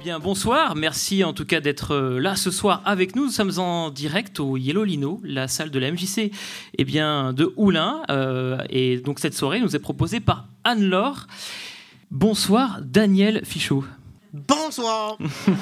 Bien, bonsoir, merci en tout cas d'être là ce soir avec nous. Nous sommes en direct au Yellow Lino, la salle de la MJC de Oulin. Et donc cette soirée nous est proposée par Anne-Laure. Bonsoir Daniel Fichot. Bonsoir.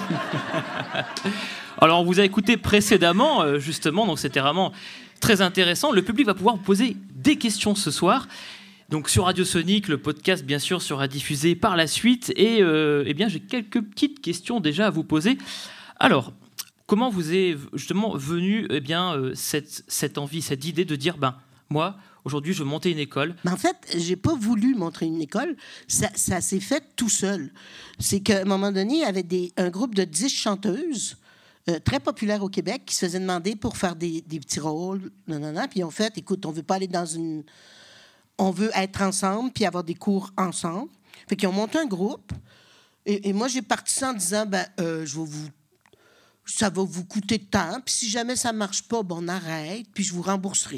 Alors on vous a écouté précédemment justement, donc c'était vraiment très intéressant. Le public va pouvoir vous poser des questions ce soir. Donc sur Radio Sonic, le podcast bien sûr sera diffusé par la suite et j'ai quelques petites questions déjà à vous poser. Alors, comment vous est justement venue cette envie, cette idée de dire moi aujourd'hui je veux monter une école? En fait, j'ai pas voulu monter une école, ça s'est fait tout seul. C'est qu'à un moment donné, il y avait un groupe de 10 chanteuses très populaires au Québec qui se faisaient demander pour faire des petits rôles, puis en fait, écoute, on veut pas aller dans une... On veut être ensemble puis avoir des cours ensemble. Fait qu'ils ont monté un groupe. Et moi, j'ai parti ça en disant, ça va vous coûter de temps. Puis si jamais ça ne marche pas, on arrête. Puis je vous rembourserai.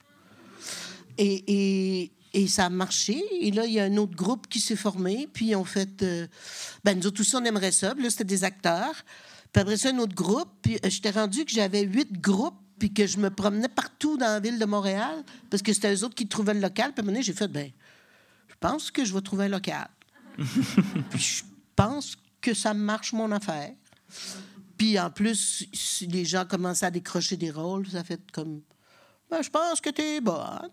Et ça a marché. Et là, il y a un autre groupe qui s'est formé. Puis en fait, nous autres aussi, on aimerait ça. Puis là, c'était des acteurs. Puis après ça, un autre groupe. Puis j'étais rendu que j'avais 8 groupes. Puis que je me promenais partout dans la ville de Montréal, parce que c'était eux autres qui trouvaient le local. Puis à un moment donné, j'ai fait, je pense que je vais trouver un local. Puis je pense que ça marche, mon affaire. Puis en plus, si les gens commençaient à décrocher des rôles, ça fait comme, je pense que t'es bonne.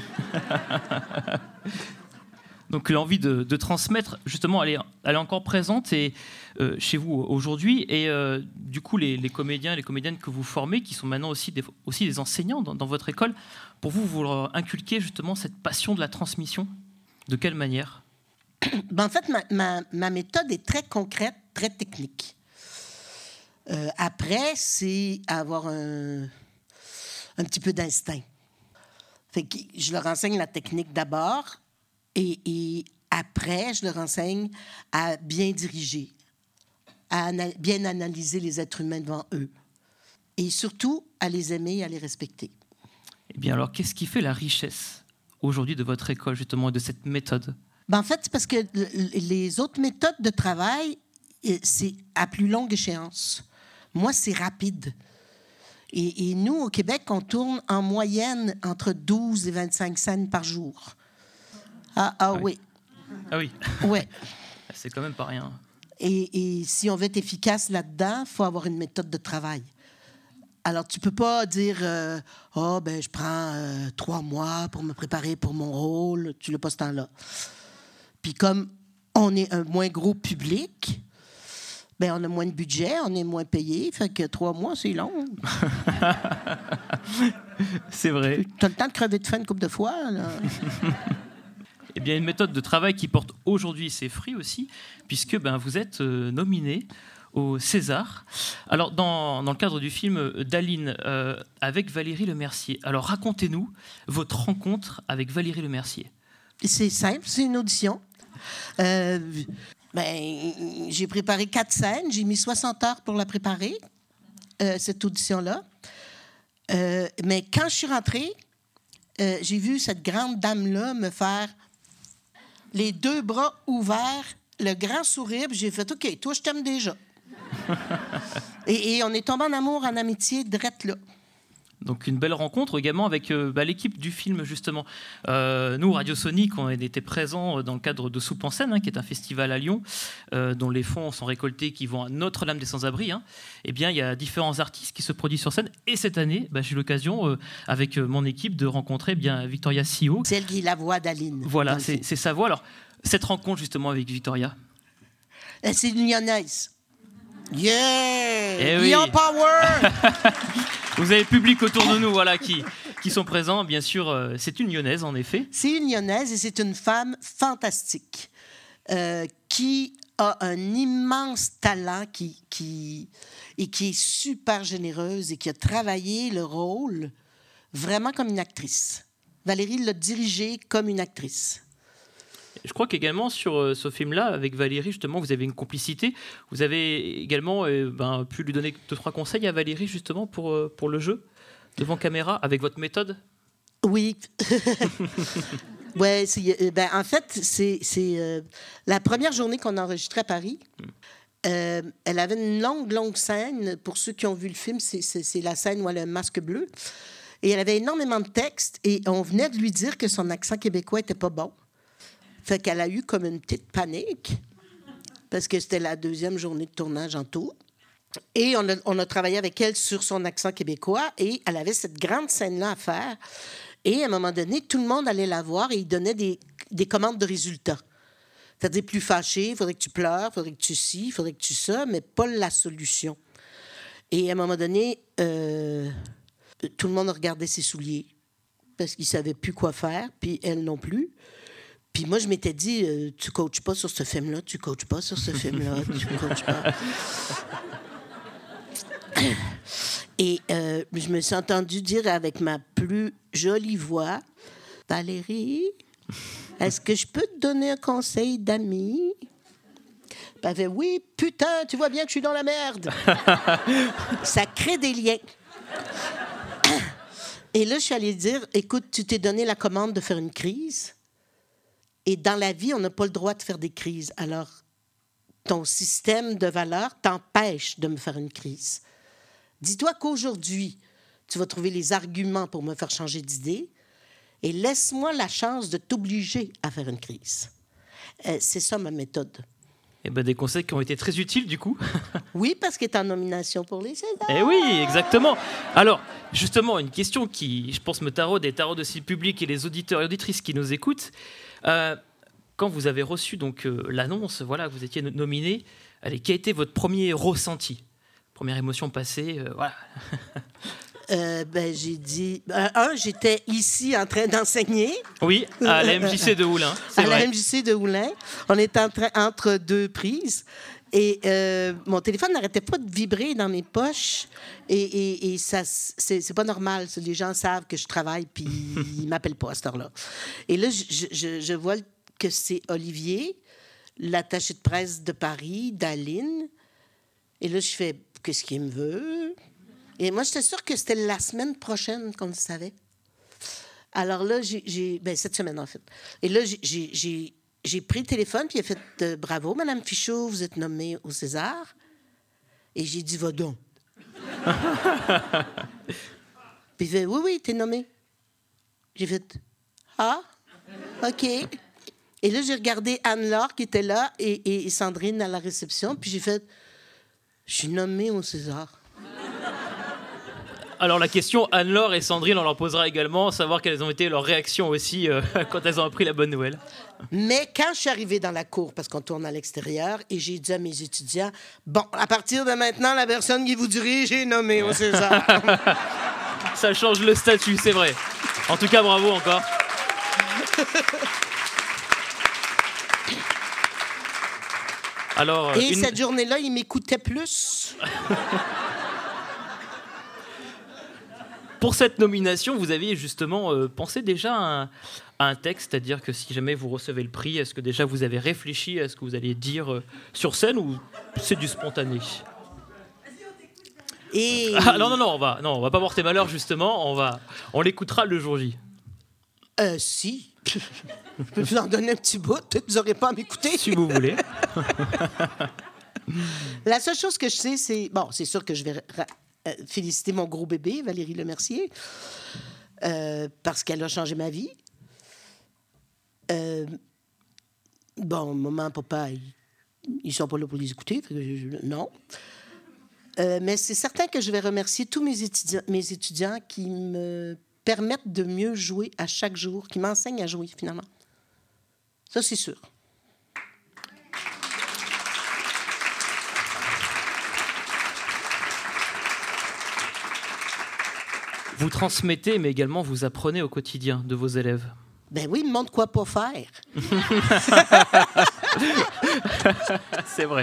Donc l'envie de transmettre, justement, elle est encore présente chez vous aujourd'hui. Et du coup, les comédiens et les comédiennes que vous formez, qui sont maintenant aussi des enseignants dans votre école, pour vous leur inculquez justement cette passion de la transmission. De quelle manière? En fait, ma méthode est très concrète, très technique. Après, c'est avoir un petit peu d'instinct. Fait que je leur enseigne la technique d'abord. Et après, je leur enseigne à bien diriger, à bien analyser les êtres humains devant eux. Et surtout, à les aimer et à les respecter. Eh bien, alors, qu'est-ce qui fait la richesse aujourd'hui de votre école, justement, et de cette méthode? En fait, c'est parce que les autres méthodes de travail, c'est à plus longue échéance. Moi, c'est rapide. Et nous, au Québec, on tourne en moyenne entre 12 et 25 scènes par jour. Oui. Ah oui. Ouais. C'est quand même pas rien. Et si on veut être efficace là-dedans, il faut avoir une méthode de travail. Alors, tu peux pas dire je prends 3 mois pour me préparer pour mon rôle. Tu l'as pas ce temps-là. Puis comme on est un moins gros public, on a moins de budget, on est moins payé. Fait que 3 mois, c'est long. C'est vrai. Tu as le temps de crever de faim une couple de fois, là. Eh bien, une méthode de travail qui porte aujourd'hui ses fruits aussi, puisque vous êtes nominé au César. Alors, dans le cadre du film d'Aline, avec Valérie Lemercier. Alors, racontez-nous votre rencontre avec Valérie Lemercier. C'est simple, c'est une audition. J'ai préparé 4 scènes. J'ai mis 60 heures pour la préparer, cette audition-là. Mais quand je suis rentrée, j'ai vu cette grande dame-là me faire les 2 bras ouverts, le grand sourire, puis j'ai fait « OK, toi, je t'aime déjà. » et on est tombé en amour, en amitié, direct là. Donc une belle rencontre également avec l'équipe du film, justement. Nous, Radio Sonic, on était présents dans le cadre de Soupe en scène, qui est un festival à Lyon, dont les fonds sont récoltés, qui vont à Notre-Dame des Sans-Abris. Eh bien, il y a différents artistes qui se produisent sur scène. Et cette année, j'ai eu l'occasion, avec mon équipe, de rencontrer Victoria Sio. Celle qui est la voix d'Aline. Voilà, c'est sa voix. Alors, cette rencontre, justement, avec Victoria. C'est une Lyonnaise. Yeah! Oui. Lyon Power! Vous avez le public autour de nous qui sont présents. Bien sûr, c'est une Lyonnaise, en effet. C'est une Lyonnaise et c'est une femme fantastique qui a un immense talent qui est super généreuse et qui a travaillé le rôle vraiment comme une actrice. Valérie l'a dirigé comme une actrice. Je crois qu'également sur ce film-là, avec Valérie, justement, vous avez une complicité. Vous avez également pu lui donner 2-3 conseils à Valérie, justement, pour le jeu, devant caméra, avec votre méthode. Oui. Ouais, en fait, c'est la première journée qu'on a enregistré à Paris. Elle avait une longue scène. Pour ceux qui ont vu le film, c'est la scène où elle a un masque bleu. Et elle avait énormément de textes. Et on venait de lui dire que son accent québécois était pas bon. Fait qu'elle a eu comme une petite panique. Parce que c'était la 2e journée de tournage en tout. Et on a travaillé avec elle sur son accent québécois. Et elle avait cette grande scène-là à faire. Et à un moment donné, tout le monde allait la voir et il donnait des commandes de résultats. C'est-à-dire, plus fâché, il faudrait que tu pleures, il faudrait que tu ci, il faudrait que tu ça, mais pas la solution. Et à un moment donné, tout le monde regardait ses souliers parce qu'il ne savait plus quoi faire, puis elle non plus. Puis moi, je m'étais dit, tu ne coaches pas sur ce film-là, tu ne coaches pas sur ce film-là, tu ne coaches pas. Et je me suis entendue dire avec ma plus jolie voix, « Valérie, est-ce que je peux te donner un conseil d'ami? » Elle fait « Oui, putain, tu vois bien que je suis dans la merde. » Ça crée des liens. Et là, je suis allée dire « Écoute, tu t'es donné la commande de faire une crise. Et dans la vie, on n'a pas le droit de faire des crises. Alors, ton système de valeurs t'empêche de me faire une crise. Dis-toi qu'aujourd'hui, tu vas trouver les arguments pour me faire changer d'idée et laisse-moi la chance de t'obliger à faire une crise. » C'est ça ma méthode. Eh ben, des conseils qui ont été très utiles, du coup. Oui, parce qu'elle est en nomination pour les Césars. Eh oui, exactement. Alors, justement, une question qui, je pense, me taraude aussi le public et les auditeurs et auditrices qui nous écoutent. Quand vous avez reçu donc, l'annonce, voilà, que vous étiez nominé, allez, quel a été votre premier ressenti? Première émotion passée, voilà. J'ai dit... j'étais ici en train d'enseigner. Oui, à la MJC de Houlin. À la MJC de Houlin. On était entre 2 prises. Et mon téléphone n'arrêtait pas de vibrer dans mes poches. Et ça, c'est pas normal. Les gens savent que je travaille, puis ils m'appellent pas à cette heure-là. Et là, je vois que c'est Olivier, l'attaché de presse de Paris, d'Aline. Et là, je fais, qu'est-ce qu'il me veut? Et moi, j'étais sûre que c'était la semaine prochaine qu'on le savait. Alors là, cette semaine, en fait. Et là, j'ai pris le téléphone, puis il a fait « Bravo, Madame Fichot, vous êtes nommée au César. » Et j'ai dit « Va donc. » Puis il fait « Oui, t'es nommée. » J'ai fait « Ah, OK. » Et là, j'ai regardé Anne-Laure qui était là et Sandrine à la réception, puis j'ai fait « Je suis nommée au César. » Alors la question, Anne-Laure et Sandrine, on leur posera également, savoir quelles ont été leurs réactions aussi quand elles ont appris la bonne nouvelle. Mais quand je suis arrivée dans la cour, parce qu'on tourne à l'extérieur, et j'ai dit à mes étudiants, bon, à partir de maintenant, la personne qui vous dirige est nommée au César. Ça change le statut, c'est vrai. En tout cas, bravo encore. Alors, cette journée-là, il m'écoutait plus. Pour cette nomination, vous aviez justement pensé déjà à un texte, c'est-à-dire que si jamais vous recevez le prix, est-ce que déjà vous avez réfléchi à ce que vous allez dire sur scène ou c'est du spontané? Non, on va pas porter malheur justement, on l'écoutera le jour J. Si. Je peux vous en donner un petit bout, peut-être que vous n'aurez pas à m'écouter. Si vous voulez. La seule chose que je sais, c'est sûr que je vais féliciter mon gros bébé, Valérie Lemercier, parce qu'elle a changé ma vie. Maman, papa, ils sont pas là pour les écouter, non. Mais c'est certain que je vais remercier tous mes étudiants qui me permettent de mieux jouer à chaque jour, qui m'enseignent à jouer, finalement. Ça, c'est sûr. Vous transmettez, mais également vous apprenez au quotidien de vos élèves. Ben oui, ils me montrent quoi pas faire. C'est vrai.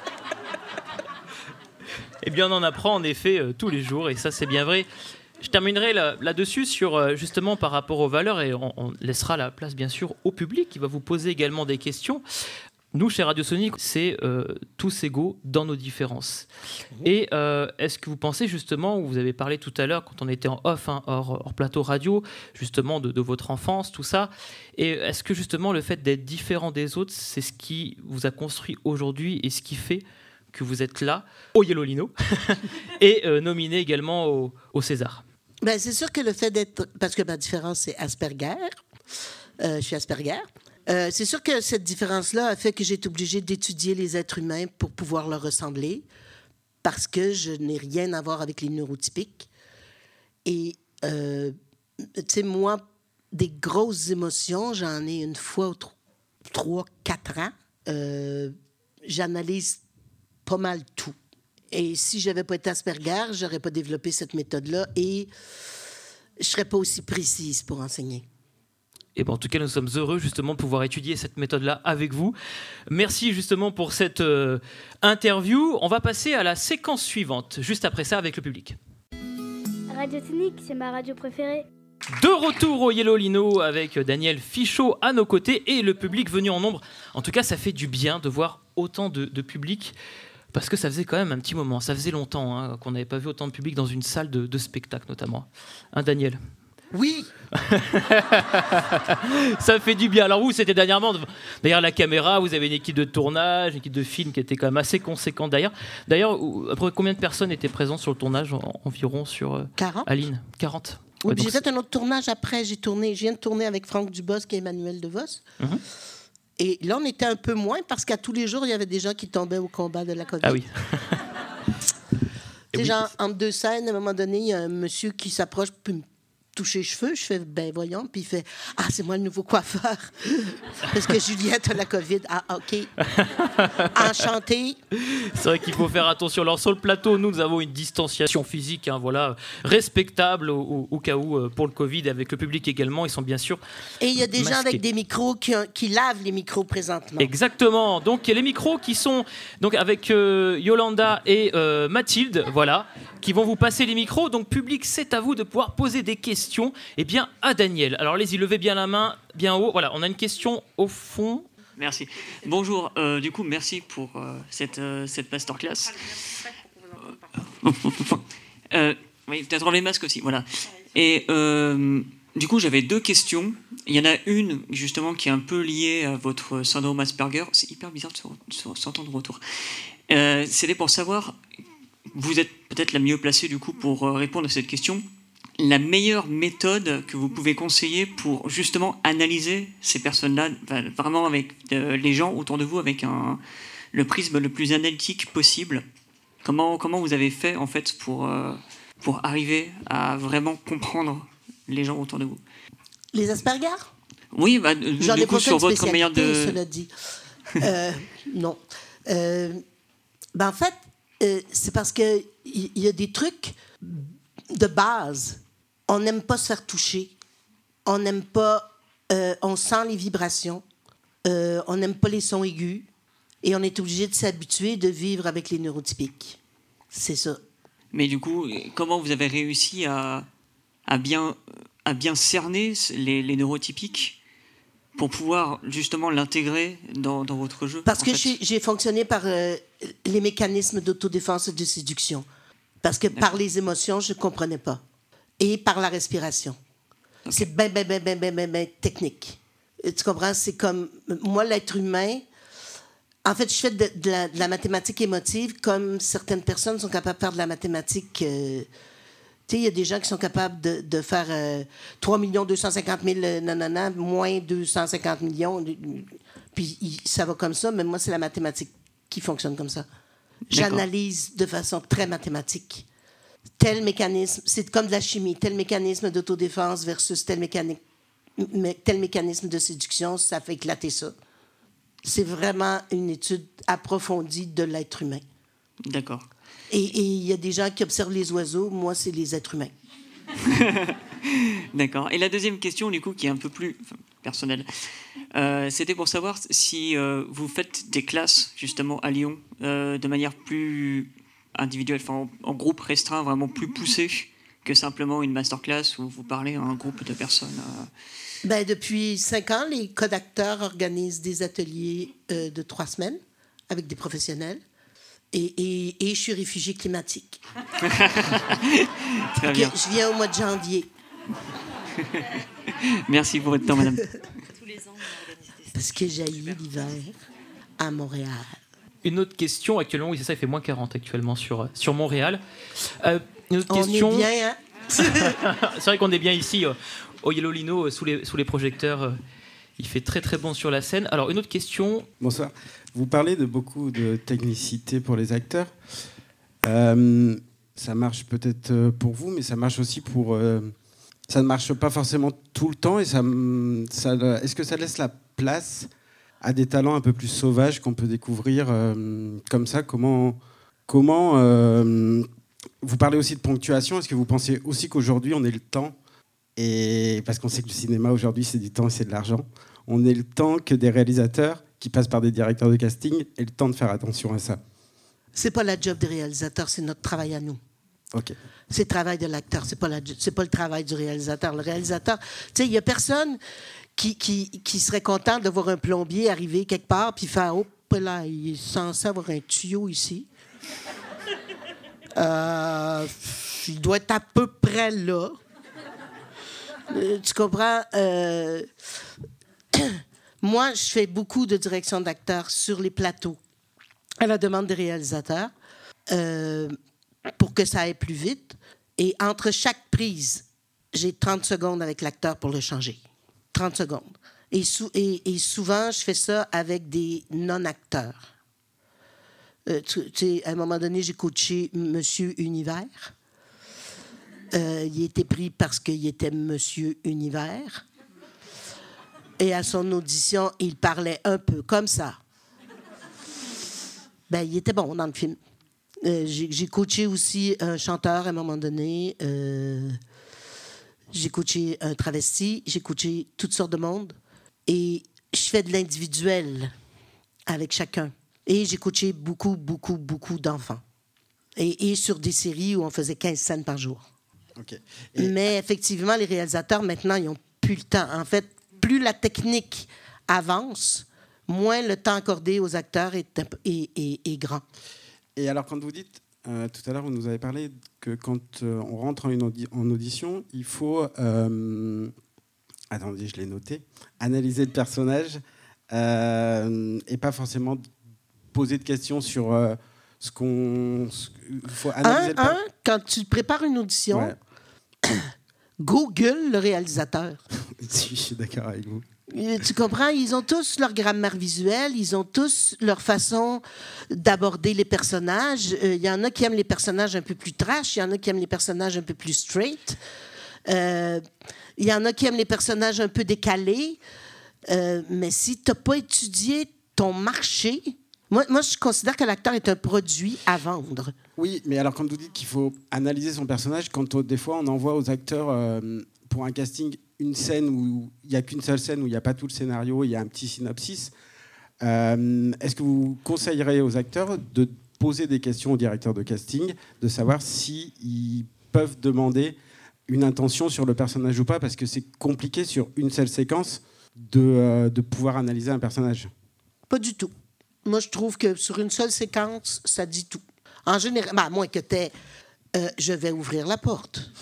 Eh bien, on en apprend en effet tous les jours, et ça, c'est bien vrai. Je terminerai là-dessus sur justement par rapport aux valeurs, et on laissera la place, bien sûr, au public qui va vous poser également des questions. Nous, chez Radio Sonic, c'est tous égaux dans nos différences. Et est-ce que vous pensez justement, vous avez parlé tout à l'heure quand on était en off, hors plateau radio, justement de votre enfance, tout ça, et est-ce que justement le fait d'être différent des autres, c'est ce qui vous a construit aujourd'hui et ce qui fait que vous êtes là, au Yellow Lino, et nominé également au César. Ben, c'est sûr que le fait d'être... Parce que ma différence, c'est Asperger. Je suis Asperger. C'est sûr que cette différence-là a fait que j'ai été obligée d'étudier les êtres humains pour pouvoir leur ressembler, parce que je n'ai rien à voir avec les neurotypiques. Et, tu sais, moi, des grosses émotions, j'en ai une fois ou 3, 4 ans. J'analyse pas mal tout. Et si je n'avais pas été Asperger, je n'aurais pas développé cette méthode-là et je ne serais pas aussi précise pour enseigner. Et ben, en tout cas, nous sommes heureux justement de pouvoir étudier cette méthode-là avec vous. Merci justement pour cette interview. On va passer à la séquence suivante, juste après ça avec le public. Radio Sonic, c'est ma radio préférée. De retour au Yellow Lino avec Daniel Fichot à nos côtés et le public venu en nombre. En tout cas, ça fait du bien de voir autant de public parce que ça faisait quand même un petit moment, ça faisait longtemps qu'on n'avait pas vu autant de public dans une salle de spectacle notamment. Hein, Daniel ? Oui. Ça fait du bien. Alors vous, c'était dernièrement derrière la caméra, vous avez une équipe de tournage, une équipe de film qui était quand même assez conséquente derrière. D'ailleurs, après combien de personnes étaient présentes sur le tournage environ sur 40. Aline 40. Oui, Ouais, j'ai fait un autre tournage après. Je viens de tourner avec Franck Dubosc et Emmanuel DeVos. Mm-hmm. Et là, on était un peu moins parce qu'à tous les jours, il y avait des gens qui tombaient au combat de la COVID. Ah oui. C'est genre, entre deux scènes, à un moment donné, il y a un monsieur qui s'approche puis me touche les cheveux. Je fais, ben voyons. Puis il fait, ah, c'est moi le nouveau coiffeur. Parce que Juliette a la COVID. Ah, OK. Enchanté. C'est vrai qu'il faut faire attention. Alors sur le plateau, nous avons une distanciation physique, voilà, respectable au cas où pour le Covid, avec le public également. Ils sont bien sûr Et il y a des masqués. gens avec des micros qui lavent les micros présentement. Exactement. Donc les micros qui sont donc avec Yolanda et Mathilde, voilà, qui vont vous passer les micros. Donc public, c'est à vous de pouvoir poser des questions. Eh bien à Daniel. Alors allez-y, levez bien la main, bien haut. Voilà, on a une question au fond. Merci. Bonjour. Du coup, merci pour cette masterclass. Oui, peut-être enlever le masque aussi. Voilà. Et du coup, j'avais 2 questions. Il y en a une, justement, qui est un peu liée à votre syndrome Asperger. C'est hyper bizarre de s'entendre autour. C'était pour savoir, vous êtes peut-être la mieux placée, du coup, pour répondre à cette question. La meilleure méthode que vous pouvez conseiller pour justement analyser ces personnes-là, vraiment avec les gens autour de vous, avec le prisme le plus analytique possible. Comment vous avez fait en fait pour arriver à vraiment comprendre les gens autour de vous? Les Asperger? Oui, J'en du ai coup pas sur fait une votre manière de. Cela dit. Non. En fait, c'est parce que il y a des trucs de base. On n'aime pas se faire toucher. On n'aime pas... on sent les vibrations. On n'aime pas les sons aigus. Et on est obligé de s'habituer de vivre avec les neurotypiques. C'est ça. Mais du coup, comment vous avez réussi à bien cerner les neurotypiques pour pouvoir justement l'intégrer dans votre jeu? Parce que j'ai fonctionné par les mécanismes d'autodéfense et de séduction. Parce que par les émotions, je ne comprenais pas. Et par la respiration. Okay. C'est ben technique. Tu comprends? C'est comme... Moi, l'être humain... En fait, je fais de la mathématique émotive comme certaines personnes sont capables de faire de la mathématique... tu sais, il y a des gens qui sont capables de faire 3 250 000 nanana, moins 250 millions. Puis ça va comme ça, mais moi, c'est la mathématique qui fonctionne comme ça. J'analyse de façon très mathématique. Tel mécanisme, c'est comme de la chimie, tel mécanisme d'autodéfense versus tel mécanisme de séduction, ça fait éclater ça. C'est vraiment une étude approfondie de l'être humain. D'accord. Et il y a des gens qui observent les oiseaux, moi, c'est les êtres humains. D'accord. Et la deuxième question, du coup, qui est un peu plus personnelle, c'était pour savoir si vous faites des classes, justement, à Lyon, de manière plus... individuel, en groupe restreint, vraiment plus poussé que simplement une masterclass où vous parlez à un groupe de personnes. Depuis 5 ans, les co-acteurs organisent des ateliers de 3 semaines avec des professionnels. Et je suis réfugiée climatique. Très bien. Je viens au mois de janvier. Merci pour votre temps, madame. Parce que j'haïs l'hiver à Montréal. Une autre question, actuellement, oui, c'est ça, il fait moins 40 actuellement sur Montréal. Une autre On question. est bien, hein? C'est vrai qu'on est bien ici, au Yellow Lino, sous les projecteurs. Il fait très très bon sur la scène. Alors, une autre question. Bonsoir. Vous parlez de beaucoup de technicité pour les acteurs. Ça marche peut-être pour vous, mais ça marche aussi pour... ça ne marche pas forcément tout le temps. Et est-ce que ça laisse la place à des talents un peu plus sauvages qu'on peut découvrir comme ça? Comment vous parlez aussi de ponctuation. Est-ce que vous pensez aussi qu'aujourd'hui, on ait le temps, et parce qu'on sait que le cinéma, aujourd'hui, c'est du temps et c'est de l'argent, on ait le temps que des réalisateurs qui passent par des directeurs de casting aient le temps de faire attention à ça? C'est pas la job des réalisateurs, c'est notre travail à nous. Ok. C'est le travail de l'acteur, c'est pas le travail du réalisateur. Le réalisateur, tu sais, il y a personne qui serait content de voir un plombier arriver quelque part puis faire, oh là, il est censé avoir un tuyau ici. Il doit être à peu près là. Tu comprends? Moi, je fais beaucoup de direction d'acteurs sur les plateaux à la demande des réalisateurs pour que ça aille plus vite. Et entre chaque prise, j'ai 30 secondes avec l'acteur pour le changer. 30 secondes. Et souvent, je fais ça avec des non-acteurs. À un moment donné, j'ai coaché Monsieur Univers. Il était pris parce qu'il était Monsieur Univers. Et à son audition, il parlait un peu comme ça. Ben, il était bon dans le film. J'ai coaché aussi un chanteur à un moment donné. J'ai coaché un travesti. J'ai coaché toutes sortes de monde. Et je fais de l'individuel avec chacun. Et j'ai coaché beaucoup, beaucoup, beaucoup d'enfants. Et sur des séries où on faisait 15 scènes par jour. Okay. Mais effectivement, les réalisateurs, maintenant, ils n'ont plus le temps. En fait, plus la technique avance, moins le temps accordé aux acteurs est grand. Et alors, quand vous dites, tout à l'heure, vous nous avez parlé que quand on rentre en audition, il faut, attendez, je l'ai noté, analyser le personnage et pas forcément poser de questions sur ce qu'on... Il faut analyser quand tu prépares une audition, ouais. Google le réalisateur. Si, je suis d'accord avec vous. Tu comprends? Ils ont tous leur grammaire visuelle, ils ont tous leur façon d'aborder les personnages. Il y en a qui aiment les personnages un peu plus trash, il y en a qui aiment les personnages un peu plus straight. Il y en a qui aiment les personnages un peu décalés. Mais si tu n'as pas étudié ton marché... Moi, je considère que l'acteur est un produit à vendre. Oui, mais alors quand vous dites qu'il faut analyser son personnage, quand des fois on envoie aux acteurs pour un casting une scène où il n'y a qu'une seule scène, où il n'y a pas tout le scénario, il y a un petit synopsis, est-ce que vous conseillerez aux acteurs de poser des questions au directeur de casting, de savoir s'ils peuvent demander une intention sur le personnage ou pas, parce que c'est compliqué sur une seule séquence de pouvoir analyser un personnage? Pas du tout. Moi, je trouve que sur une seule séquence, ça dit tout. En général, à moins que t'aies je vais ouvrir la porte.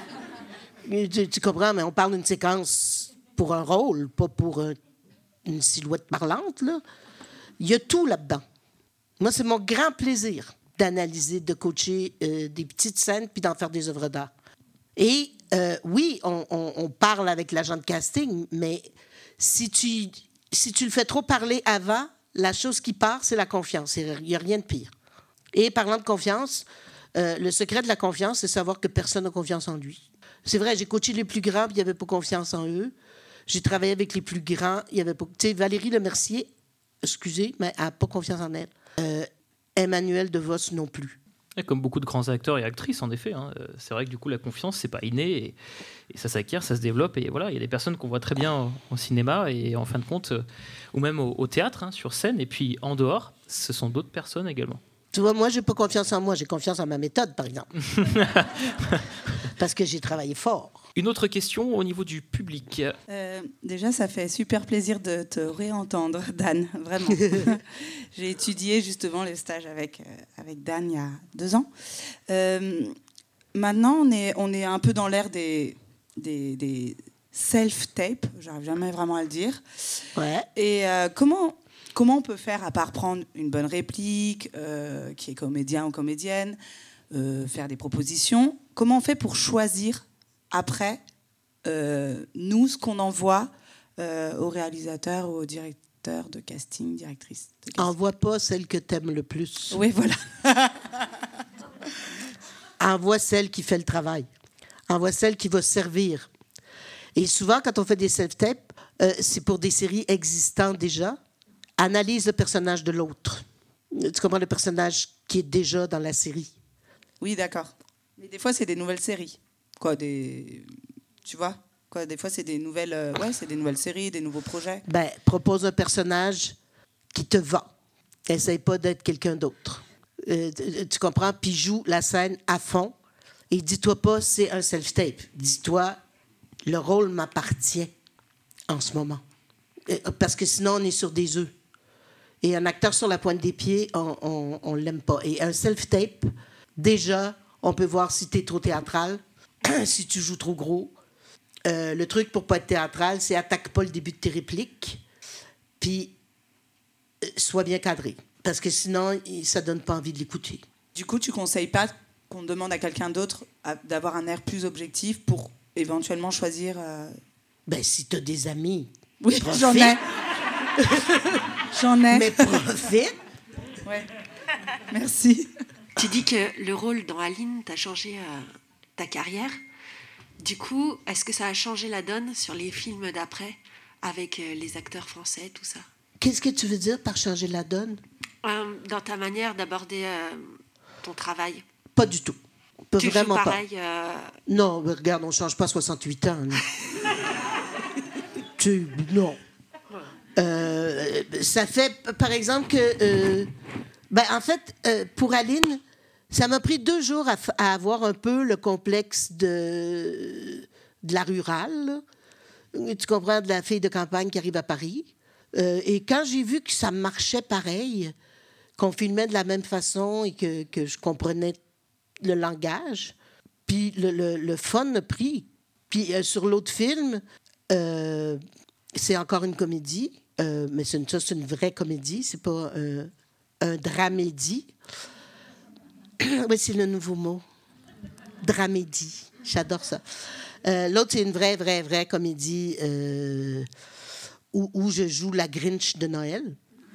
Tu comprends, mais on parle d'une séquence pour un rôle, pas pour une silhouette parlante, là. Il y a tout là-dedans. Moi, c'est mon grand plaisir d'analyser, de coacher des petites scènes puis d'en faire des œuvres d'art. Et oui, on parle avec l'agent de casting, mais si tu le fais trop parler avant, la chose qui part, c'est la confiance. Il n'y a rien de pire. Et parlant de confiance, le secret de la confiance, c'est savoir que personne n'a confiance en lui. C'est vrai, j'ai coaché les plus grands, puis il n'y avait pas confiance en eux. J'ai travaillé avec les plus grands, il y avait pas... Tu sais, Valérie Lemercier, excusez, mais elle n'a pas confiance en elle. Emmanuel DeVos non plus. Et comme beaucoup de grands acteurs et actrices, en effet. C'est vrai que du coup, la confiance, c'est pas inné. Et ça s'acquiert, ça se développe. Et voilà, il y a des personnes qu'on voit très bien au cinéma et en fin de compte, ou même au théâtre, sur scène. Et puis en dehors, ce sont d'autres personnes également. Tu vois, moi, j'ai pas confiance en moi. J'ai confiance en ma méthode, par exemple. Parce que j'ai travaillé fort. Une autre question au niveau du public. Déjà, ça fait super plaisir de te réentendre, Dan, vraiment. J'ai étudié justement les stages avec Dan il y a 2 ans. Maintenant, on est un peu dans l'ère des self-tapes, j'arrive jamais vraiment à le dire. Ouais. Et comment comment on peut faire, à part prendre une bonne réplique, qui est comédien ou comédienne, faire des propositions, comment on fait pour choisir après, nous, ce qu'on envoie au réalisateur ou au directeur de casting, directrice de casting? Envoie pas celle que t'aimes le plus. Oui, voilà. Envoie celle qui fait le travail. Envoie celle qui va servir. Et souvent, quand on fait des self-tapes, c'est pour des séries existantes déjà. Analyse le personnage de l'autre. Tu comprends, le personnage qui est déjà dans la série. Oui, d'accord. Mais des fois, c'est des nouvelles séries. Tu vois? Des fois, c'est des nouvelles... c'est des nouvelles séries, des nouveaux projets. Propose un personnage qui te vend. Essaye pas d'être quelqu'un d'autre. Tu comprends? Puis joue la scène à fond. Et dis-toi pas, c'est un self-tape. Dis-toi, le rôle m'appartient en ce moment. Parce que sinon, on est sur des œufs. Et un acteur sur la pointe des pieds, on l'aime pas. Et un self-tape, déjà, on peut voir si tu es trop théâtral, si tu joues trop gros. Le truc pour pas être théâtral, c'est attaque pas le début de tes répliques, puis sois bien cadré. Parce que sinon, ça donne pas envie de l'écouter. Du coup, tu conseilles pas qu'on demande à quelqu'un d'autre d'avoir un air plus objectif pour éventuellement choisir... Si tu as des amis, oui, profite. J'en ai. J'en ai. Mais profite. Ouais. Merci. Tu dis que le rôle dans Aline t'a changé ta carrière. Du coup, est-ce que ça a changé la donne sur les films d'après, avec les acteurs français, tout ça? Qu'est-ce que tu veux dire par changer la donne? Dans ta manière d'aborder ton travail. Pas du tout. Tu Vraiment joues pareil, pas. Non, mais regarde, on ne change pas 68 ans. Non. Ça fait, par exemple, que... en fait, pour Aline, ça m'a pris 2 jours à avoir un peu le complexe de la rurale. Tu comprends, de la fille de campagne qui arrive à Paris. Et quand j'ai vu que ça marchait pareil, qu'on filmait de la même façon et que je comprenais le langage, puis le fun a pris. Puis sur l'autre film, c'est encore une comédie, mais c'est une vraie comédie, c'est pas un dramédie. Oui, c'est le nouveau mot. Dramédie. J'adore ça. L'autre, c'est une vraie comédie où je joue la Grinch de Noël.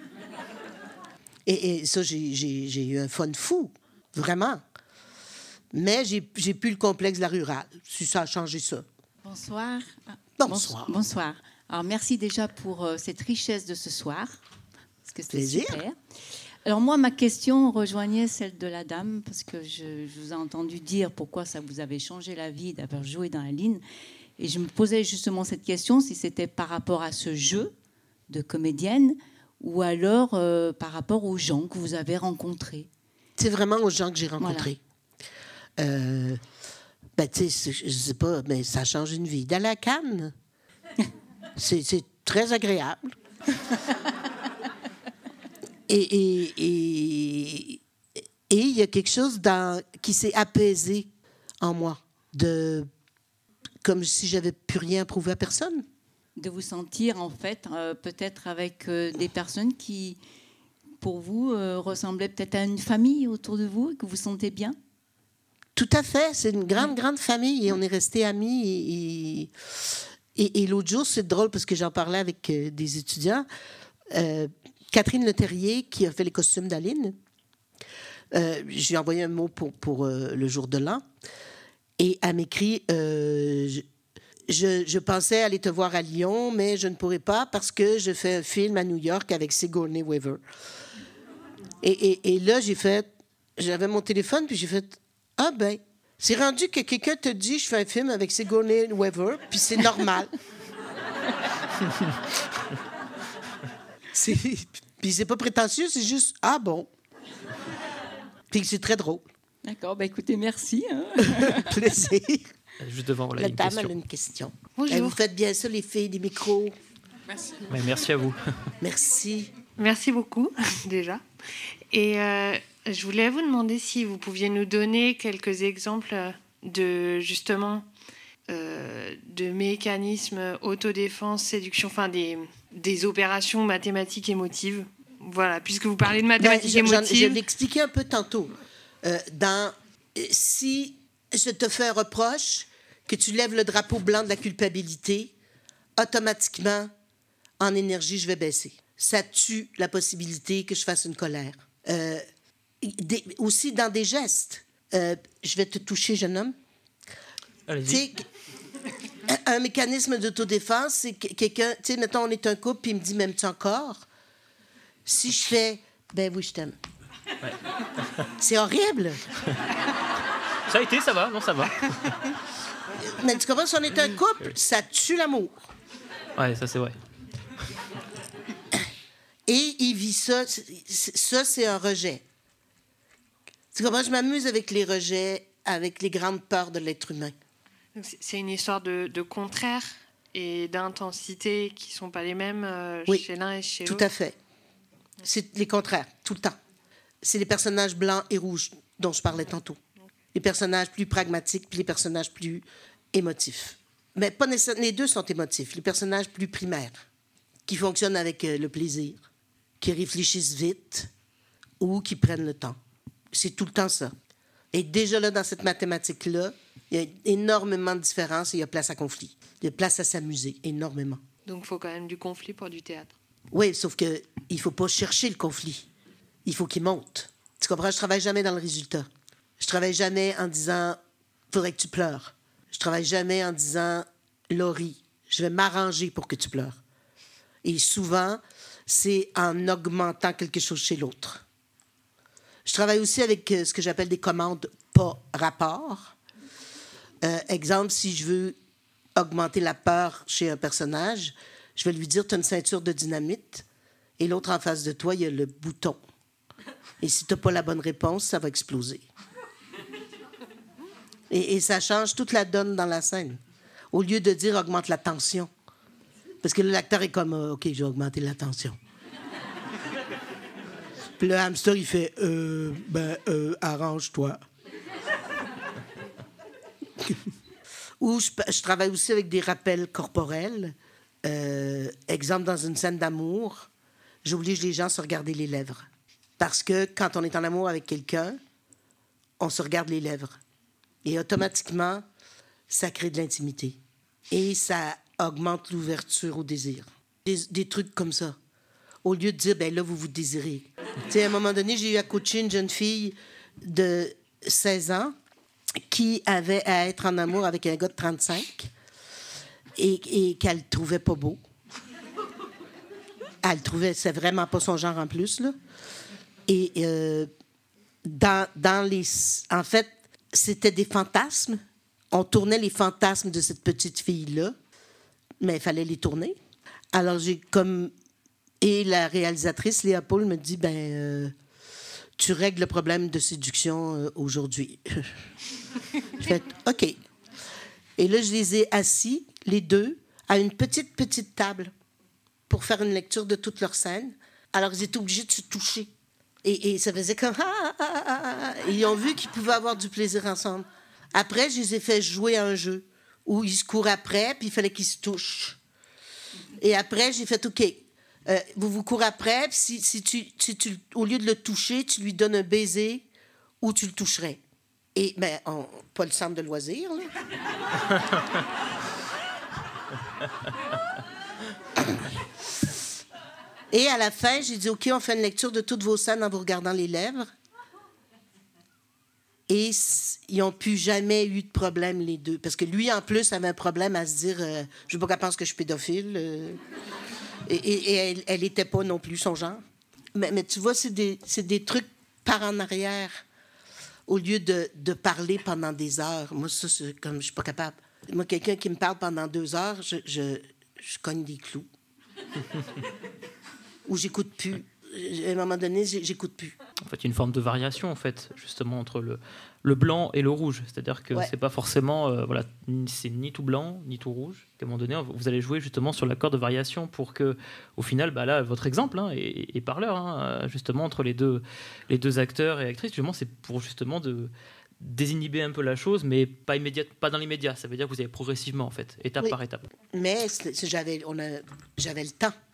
Et ça, j'ai eu un fun fou, vraiment. Mais j'ai plus le complexe de la rurale, si ça a changé ça. Bonsoir. Bonsoir. Bonsoir. Alors, merci déjà pour cette richesse de ce soir, parce que c'était Plaisir. super. Alors moi, ma question rejoignait celle de la dame, parce que je vous ai entendu dire pourquoi ça vous avait changé la vie d'avoir joué dans Aline. Et je me posais justement cette question, si c'était par rapport à ce jeu de comédienne ou alors par rapport aux gens que vous avez rencontrés. C'est vraiment aux gens que j'ai rencontrés. Voilà. Tu sais, je sais pas, mais ça change une vie. D'aller à Cannes, c'est très agréable. Et il y a quelque chose qui s'est apaisé en moi, comme si j'avais plus rien à prouver à personne. De vous sentir, en fait, peut-être avec des personnes qui, pour vous, ressemblaient peut-être à une famille autour de vous et que vous sentez bien. Tout à fait. C'est une grande famille et on est restés amis. Et l'autre jour, c'est drôle parce que j'en parlais avec des étudiants. Catherine Leterrier, qui a fait les costumes d'Aline, je lui ai envoyé un mot pour le jour de l'an. Et elle m'écrit je pensais aller te voir à Lyon, mais je ne pourrai pas parce que je fais un film à New York avec Sigourney Weaver. Et là, j'avais mon téléphone, puis j'ai fait ah ben, c'est rendu que quelqu'un te dit je fais un film avec Sigourney Weaver, puis c'est normal. Puis c'est pas prétentieux, c'est juste ah bon. Puis c'est très drôle. D'accord, écoutez, merci. Plaisir. Juste devant, voilà, La une dame question. a une question. Bonjour. Vous faites bien ça, les filles, des micros. Merci. Mais merci à vous. Merci. Merci beaucoup, déjà. Et je voulais vous demander si vous pouviez nous donner quelques exemples de, justement, de mécanismes autodéfense, séduction, enfin des opérations mathématiques émotives. Voilà, puisque vous parlez de mathématiques émotives. Je l'ai expliqué un peu tantôt. Si je te fais un reproche, que tu lèves le drapeau blanc de la culpabilité, automatiquement, en énergie, je vais baisser. Ça tue la possibilité que je fasse une colère. Aussi dans des gestes. Je vais te toucher, jeune homme. Allez-y. Un mécanisme d'autodéfense, c'est que quelqu'un... Tu sais, mettons, on est un couple, puis il me dit « M'aimes-tu encore? » Si je fais « Ben oui, je t'aime. Ouais. » C'est horrible. Ça a été, ça va, non, ça va. Mais tu comprends, si on est un couple, ça tue l'amour. Ouais, ça c'est vrai. Et il vit ça. Ça, c'est un rejet. Tu comprends, je m'amuse avec les rejets, avec les grandes peurs de l'être humain. Donc, c'est une histoire de contraire et d'intensité qui ne sont pas les mêmes chez l'un et chez l'autre. Tout à fait. C'est les contraires, tout le temps. C'est les personnages blancs et rouges dont je parlais tantôt. Les personnages plus pragmatiques puis les personnages plus émotifs. Mais pas nécessairement, les deux sont émotifs. Les personnages plus primaires, qui fonctionnent avec le plaisir, qui réfléchissent vite ou qui prennent le temps. C'est tout le temps ça. Et déjà là, dans cette mathématique-là, il y a énormément de différences et il y a place à conflit. Il y a place à s'amuser, énormément. Donc, il faut quand même du conflit pour du théâtre. Oui, sauf qu'il ne faut pas chercher le conflit. Il faut qu'il monte. Tu comprends? Je ne travaille jamais dans le résultat. Je ne travaille jamais en disant « faudrait que tu pleures ». Je ne travaille jamais en disant « Laurie, je vais m'arranger pour que tu pleures ». Et souvent, c'est en augmentant quelque chose chez l'autre. Je travaille aussi avec ce que j'appelle des commandes pas rapport. Exemple, si je veux augmenter la peur chez un personnage, je vais lui dire « tu as une ceinture de dynamite » et l'autre en face de toi, il y a le bouton. Et si tu n'as pas la bonne réponse, ça va exploser. Et ça change toute la donne dans la scène. Au lieu de dire « augmente la tension ». Parce que là, l'acteur est comme « OK, je vais augmenter la tension ». Puis le hamster, il fait arrange-toi. Ou je travaille aussi avec des rappels corporels. Exemple, dans une scène d'amour, j'oblige les gens à se regarder les lèvres. Parce que quand on est en amour avec quelqu'un, on se regarde les lèvres. Et automatiquement, ça crée de l'intimité. Et ça augmente l'ouverture au désir. Des trucs comme ça. Au lieu de dire, ben là, vous vous désirez. Tu sais, à un moment donné, j'ai eu à coacher une jeune fille de 16 ans qui avait à être en amour avec un gars de 35 et qu'elle ne trouvait pas beau. Elle trouvait, c'est vraiment pas son genre en plus, là. Et en fait, c'était des fantasmes. On tournait les fantasmes de cette petite fille-là, mais il fallait les tourner. Alors, Et la réalisatrice, Léa Paul, me dit, tu règles le problème de séduction aujourd'hui. Je fais, OK. Et là, je les ai assis, les deux, à une petite table pour faire une lecture de toute leur scène. Alors, ils étaient obligés de se toucher. Et ça faisait comme... Et ils ont vu qu'ils pouvaient avoir du plaisir ensemble. Après, je les ai fait jouer à un jeu où ils se courent après, puis il fallait qu'ils se touchent. Et après, j'ai fait, OK, vous vous courez après, puis si tu, au lieu de le toucher, tu lui donnes un baiser ou tu le toucherais. Et, pas le centre de loisirs, là. Et à la fin, j'ai dit, OK, on fait une lecture de toutes vos scènes en vous regardant les lèvres. Et ils n'ont plus jamais eu de problème, les deux. Parce que lui, en plus, avait un problème à se dire, je veux pas qu'elle pense que je suis pédophile. Et elle n'était pas non plus son genre. Mais tu vois, c'est des trucs par en arrière. Au lieu de parler pendant des heures. Moi, ça, c'est comme je suis pas capable. Moi, quelqu'un qui me parle pendant 2 heures, je cogne des clous. Ou j'écoute plus. À un moment donné, j'écoute plus. En fait, il y a une forme de variation, en fait, justement, entre le blanc et le rouge. C'est-à-dire que c'est pas forcément... c'est ni tout blanc, ni tout rouge. À un moment donné, vous allez jouer justement sur l'accord de variation pour que, au final, là, votre exemple est parleur, justement, entre les deux acteurs et actrices. Justement, c'est pour justement de désinhiber un peu la chose, mais pas dans l'immédiat. Ça veut dire que vous allez progressivement, en fait, étape par étape. Mais j'avais le temps.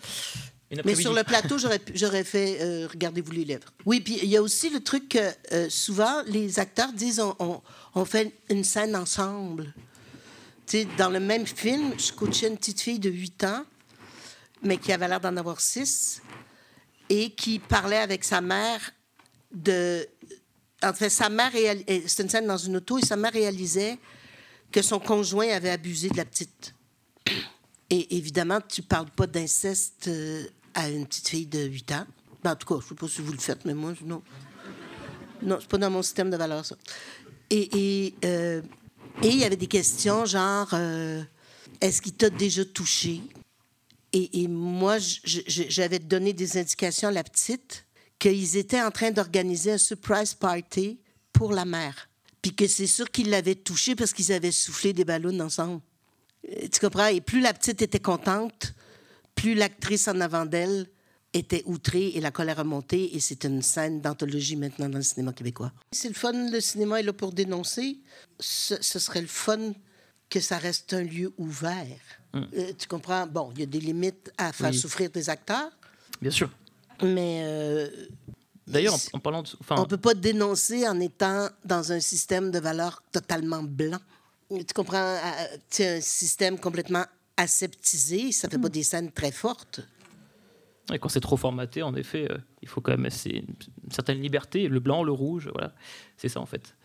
Mais sur le plateau, j'aurais fait regardez-vous les lèvres. Oui, puis il y a aussi le truc que souvent, les acteurs disent on fait une scène ensemble. Tu sais, dans le même film, je coachais une petite fille de 8 ans, mais qui avait l'air d'en avoir 6, et qui parlait avec sa mère de... En fait, sa mère... C'était une scène dans une auto, et sa mère réalisait que son conjoint avait abusé de la petite. Et évidemment, tu ne parles pas d'inceste à une petite fille de 8 ans. Ben, en tout cas, je ne sais pas si vous le faites, mais moi, non. Non, c'est pas dans mon système de valeurs, ça. Et il y avait des questions genre est-ce qu'il t'a déjà touché? Et moi, j'avais donné des indications à la petite qu'ils étaient en train d'organiser un surprise party pour la mère. Puis que c'est sûr qu'ils l'avaient touchée parce qu'ils avaient soufflé des ballons ensemble. Tu comprends? Et plus la petite était contente, plus l'actrice en avant d'elle était outrée et la colère a monté. Et c'est une scène d'anthologie maintenant dans le cinéma québécois. C'est le fun, le cinéma est là pour dénoncer. Ce serait le fun que ça reste un lieu ouvert. Tu comprends? Bon, il y a des limites à faire souffrir des acteurs. Bien sûr. Mais... D'ailleurs, en parlant de... on ne peut pas dénoncer en étant dans un système de valeurs totalement blanc. Tu comprends? C'est un système complètement aseptisé. Ça ne fait pas des scènes très fortes. Et quand c'est trop formaté, en effet, il faut quand même une certaine liberté. Le blanc, le rouge, voilà. C'est ça, en fait.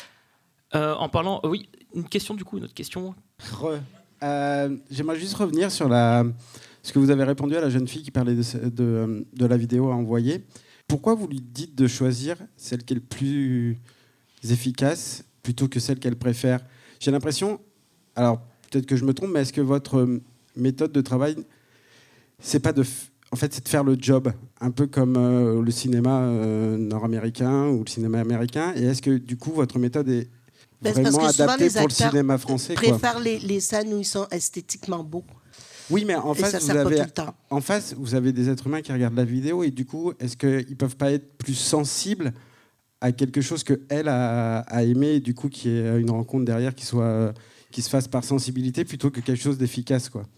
En parlant... oui, une autre question. J'aimerais juste revenir sur ce que vous avez répondu à la jeune fille qui parlait de la vidéo à envoyer. Pourquoi vous lui dites de choisir celle qui est le plus efficace plutôt que celle qu'elle préfère? J'ai l'impression, alors peut-être que je me trompe, mais est-ce que votre méthode de travail, c'est pas c'est de faire le job, un peu comme le cinéma nord-américain ou le cinéma américain? Et est-ce que du coup votre méthode est vraiment adaptée pour le cinéma français? Ils préfèrent les scènes où ils sont esthétiquement beaux. Oui, mais en face, vous avez des êtres humains qui regardent la vidéo et du coup, est-ce qu'ils ne peuvent pas être plus sensibles à quelque chose qu'elle a aimé et du coup, qu'il y ait une rencontre derrière qui se fasse par sensibilité plutôt que quelque chose d'efficace, quoi?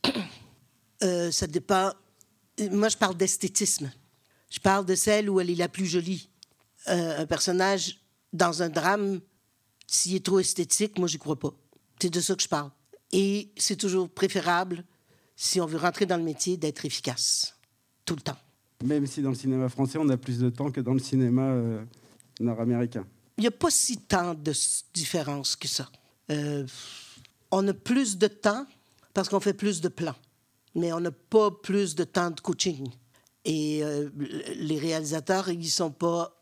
Ça dépend. Moi, je parle d'esthétisme. Je parle de celle où elle est la plus jolie. Un personnage dans un drame, s'il est trop esthétique, moi, j'y crois pas. C'est de ça que je parle. Et c'est toujours préférable, si on veut rentrer dans le métier, d'être efficace. Tout le temps. Même si dans le cinéma français, on a plus de temps que dans le cinéma nord-américain. Il n'y a pas si tant de différence que ça. On a plus de temps parce qu'on fait plus de plans. Mais on n'a pas plus de temps de coaching. Et les réalisateurs, ils sont pas...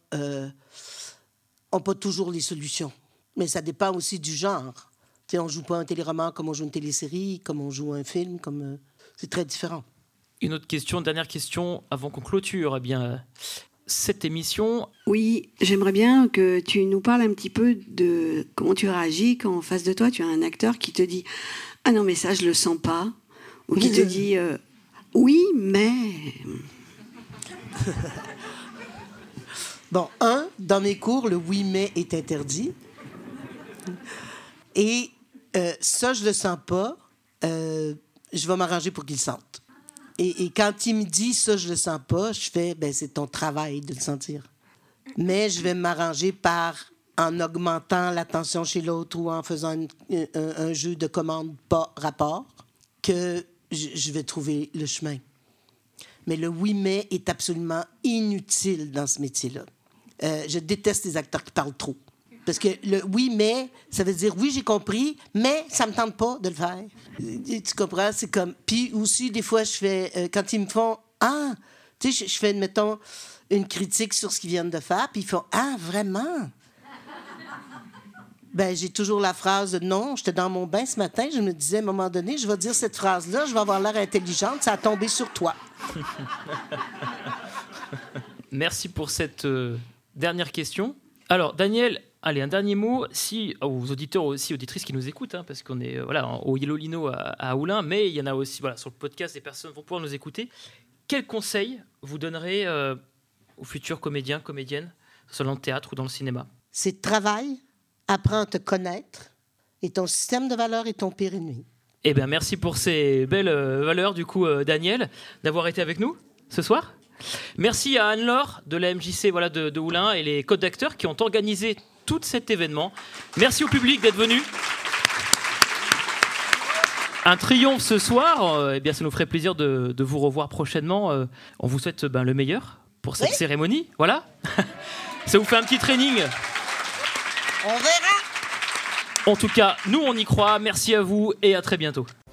ont pas toujours les solutions. Mais ça dépend aussi du genre. T'sais, on ne joue pas un téléroman comme on joue une télésérie, comme on joue un film. C'est très différent. Une autre question, dernière question, avant qu'on clôture cette émission. Oui, j'aimerais bien que tu nous parles un petit peu de comment tu réagis quand en face de toi, tu as un acteur qui te dit « Ah non, mais ça, je le sens pas ». Ou qui te dit « Oui, mais... » Bon, dans mes cours, le « oui, mais » est interdit. Et ça, je le sens pas. Je vais m'arranger pour qu'il le sente. Et quand il me dit ça, je le sens pas, je fais, c'est ton travail de le sentir. Mais je vais m'arranger en augmentant l'attention chez l'autre ou en faisant un jeu de commandes pas rapport, que je vais trouver le chemin. Mais le oui mais est absolument inutile dans ce métier-là. Je déteste les acteurs qui parlent trop. Parce que le oui, mais, ça veut dire oui, j'ai compris, mais ça me tente pas de le faire. Tu comprends? C'est comme... Puis aussi, des fois, je fais... quand ils me font « Ah! » Tu sais, je fais, mettons, une critique sur ce qu'ils viennent de faire, puis ils font « Ah, vraiment? » J'ai toujours la phrase « Non, j'étais dans mon bain ce matin, je me disais, à un moment donné, je vais dire cette phrase-là, je vais avoir l'air intelligente, ça a tombé sur toi. » Merci pour cette dernière question. Alors, Daniel... Allez, un dernier mot, aux auditeurs aussi, auditrices qui nous écoutent, parce qu'on est au Yellow Lino à Oulin, mais il y en a aussi sur le podcast, des personnes vont pouvoir nous écouter. Quels conseils vous donnerez aux futurs comédiens, comédiennes, soit dans le théâtre ou dans le cinéma? C'est travail, apprends à te connaître, et ton système de valeurs est ton pire ennemi. Eh bien, merci pour ces belles valeurs, du coup, Daniel, d'avoir été avec nous ce soir. Merci à Anne-Laure de la MJC de Oulin et les codes d'acteurs qui ont organisé tout cet événement. Merci au public d'être venu. Un triomphe ce soir. Eh bien, ça nous ferait plaisir de vous revoir prochainement. On vous souhaite le meilleur pour cette cérémonie. Voilà. Ça vous fait un petit training. On verra. En tout cas, nous, on y croit. Merci à vous et à très bientôt.